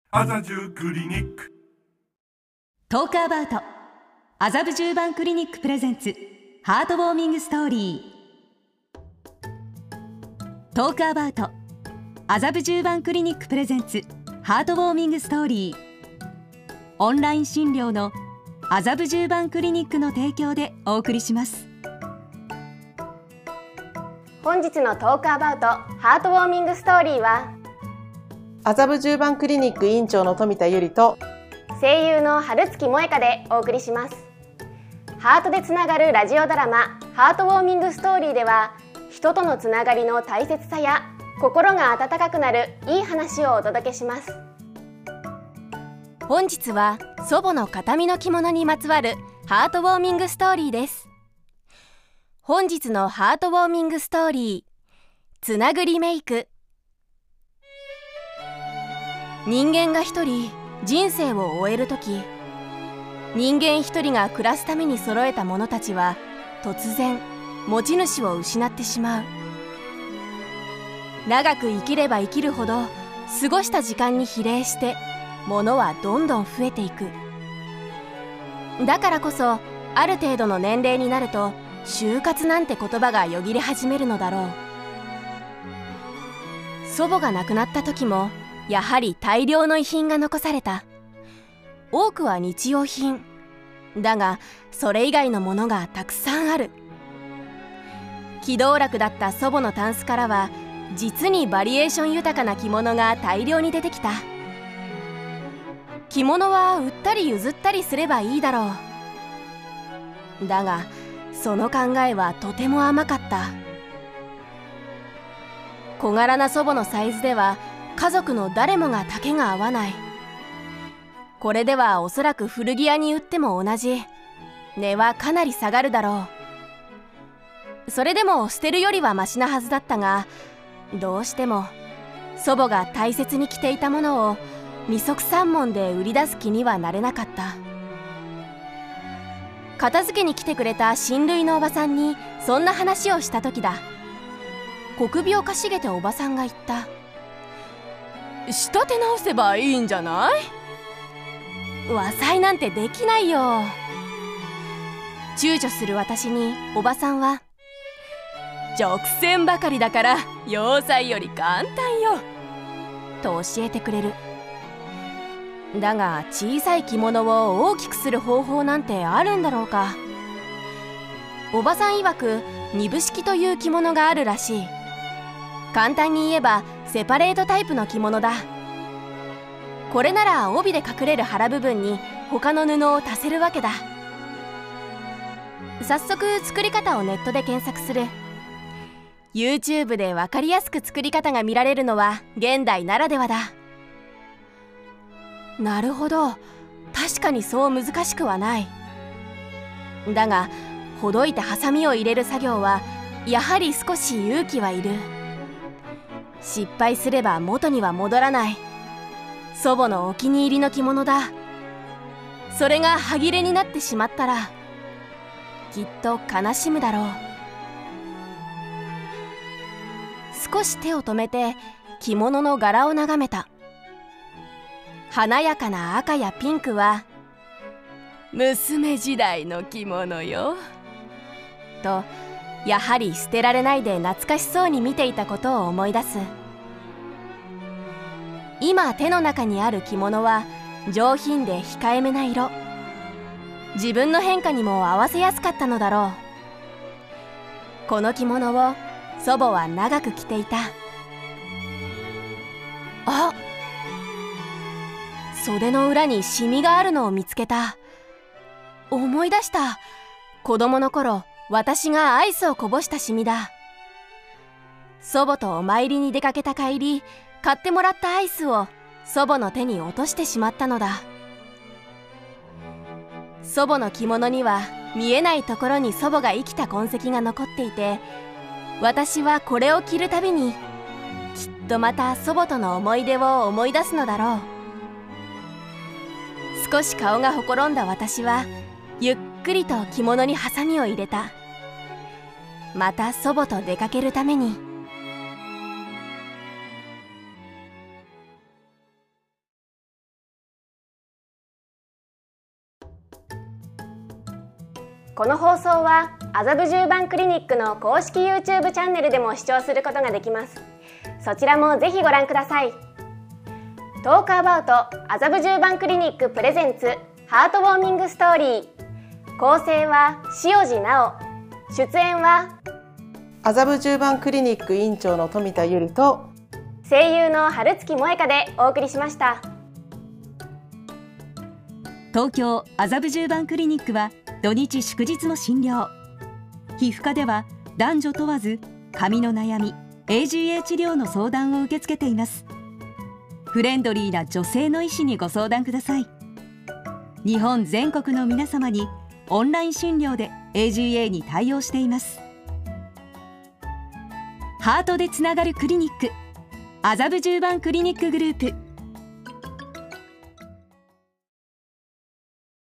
麻布クリニックトークアバウト麻布十番クリニックプレゼンツハートウォーミングストーリー。トークアバウト麻布十番クリニックプレゼンツハートウォーミングストーリー。オンライン診療の麻布十番クリニックの提供でお送りします。 本日のトークアバウトハートウォーミングストーリーは、 麻布十番クリニック院長の富田由里と声優の春月萌香でお送りします。ハートでつながるラジオドラマハートウォーミングストーリーでは、人とのつながりの大切さや心が温かくなるいい話をお届けします。 本日は祖母の形見の着物にまつわるハートウォーミングストーリーです。本日のハートウォーミングストーリー、つなぐリメイク。人間が一人人生を終えるとき、人間一人が暮らすために揃えたものたちは突然持ち主を失ってしまう。長く生きれば生きるほど過ごした時間に比例して物はどんどん増えていく。だからこそある程度の年齢になると終活なんて言葉がよぎり始めるのだろう。祖母が亡くなった時もやはり大量の遺品が残された。多くは日用品だが、それ以外のものがたくさんある。気道楽だった祖母のタンスからは実にバリエーション豊かな着物が大量に出てきた。着物は売ったり譲ったりすればいいだろう。だがその考えはとても甘かった。小柄な祖母のサイズでは家族の誰もが丈が合わない。これではおそらく古着屋に売っても同じ。値はかなり下がるだろう。それでも捨てるよりはマシなはずだったが、どうしても祖母が大切に着ていたものを二足三文で売り出す気にはなれなかった。片付けに来てくれた親類のおばさんにそんな話をした時だ。小首をかしげておばさんが言った。仕立て直せばいいんじゃない？和裁なんてできないよ。躊躇する私におばさんは、直線ばかりだから洋裁より簡単よと教えてくれる。だが小さい着物を大きくする方法なんてあるんだろうか。おばさん曰く二分式という着物があるらしい。簡単に言えばセパレートタイプの着物だ。これなら帯で隠れる腹部分に他の布を足せるわけだ。早速作り方をネットで検索する。 YouTube で分かりやすく作り方が見られるのは現代ならではだ。なるほど、確かにそう難しくはない。だがほどいてハサミを入れる作業はやはり少し勇気はいる。失敗すれば元には戻らない祖母のお気に入りの着物だ。それが歯切れになってしまったらきっと悲しむだろう。少し手を止めて着物の柄を眺めた。華やかな赤やピンクは娘時代の着物よと、やはり捨てられないで懐かしそうに見ていたことを思い出す。今手の中にある着物は上品で控えめな色。自分の変化にも合わせやすかったのだろう。この着物を祖母は長く着ていた。あ、袖の裏にシミがあるのを見つけた。思い出した。子供の頃私がアイスをこぼしたシミだ。祖母とお参りに出かけた帰り、買ってもらったアイスを祖母の手に落としてしまったのだ。祖母の着物には見えないところに祖母が生きた痕跡が残っていて、私はこれを着るたびにきっとまた祖母との思い出を思い出すのだろう。少し顔がほころんだ私はゆっくりと着物にハサミを入れた。また祖母と出かけるために。 この放送は麻布十番クリニックの公式 YouTube チャンネルでも視聴することができます。そちらもぜひご覧ください。トークアバウト麻布十番クリニックプレゼンツハートウォーミングストーリー。構成は塩地直、出演は麻布十番クリニック院長の富田由里と声優の春月萌香でお送りしました。 東京麻布十番クリニックは土日祝日も診療。皮膚科では男女問わず髪の悩み、AGA 治療の相談を受け付けています。フレンドリーな女性の医師にご相談ください。日本全国の皆様にオンライン診療で AGA に対応しています。ハートでつながるクリニック、麻布十番クリニックグループ。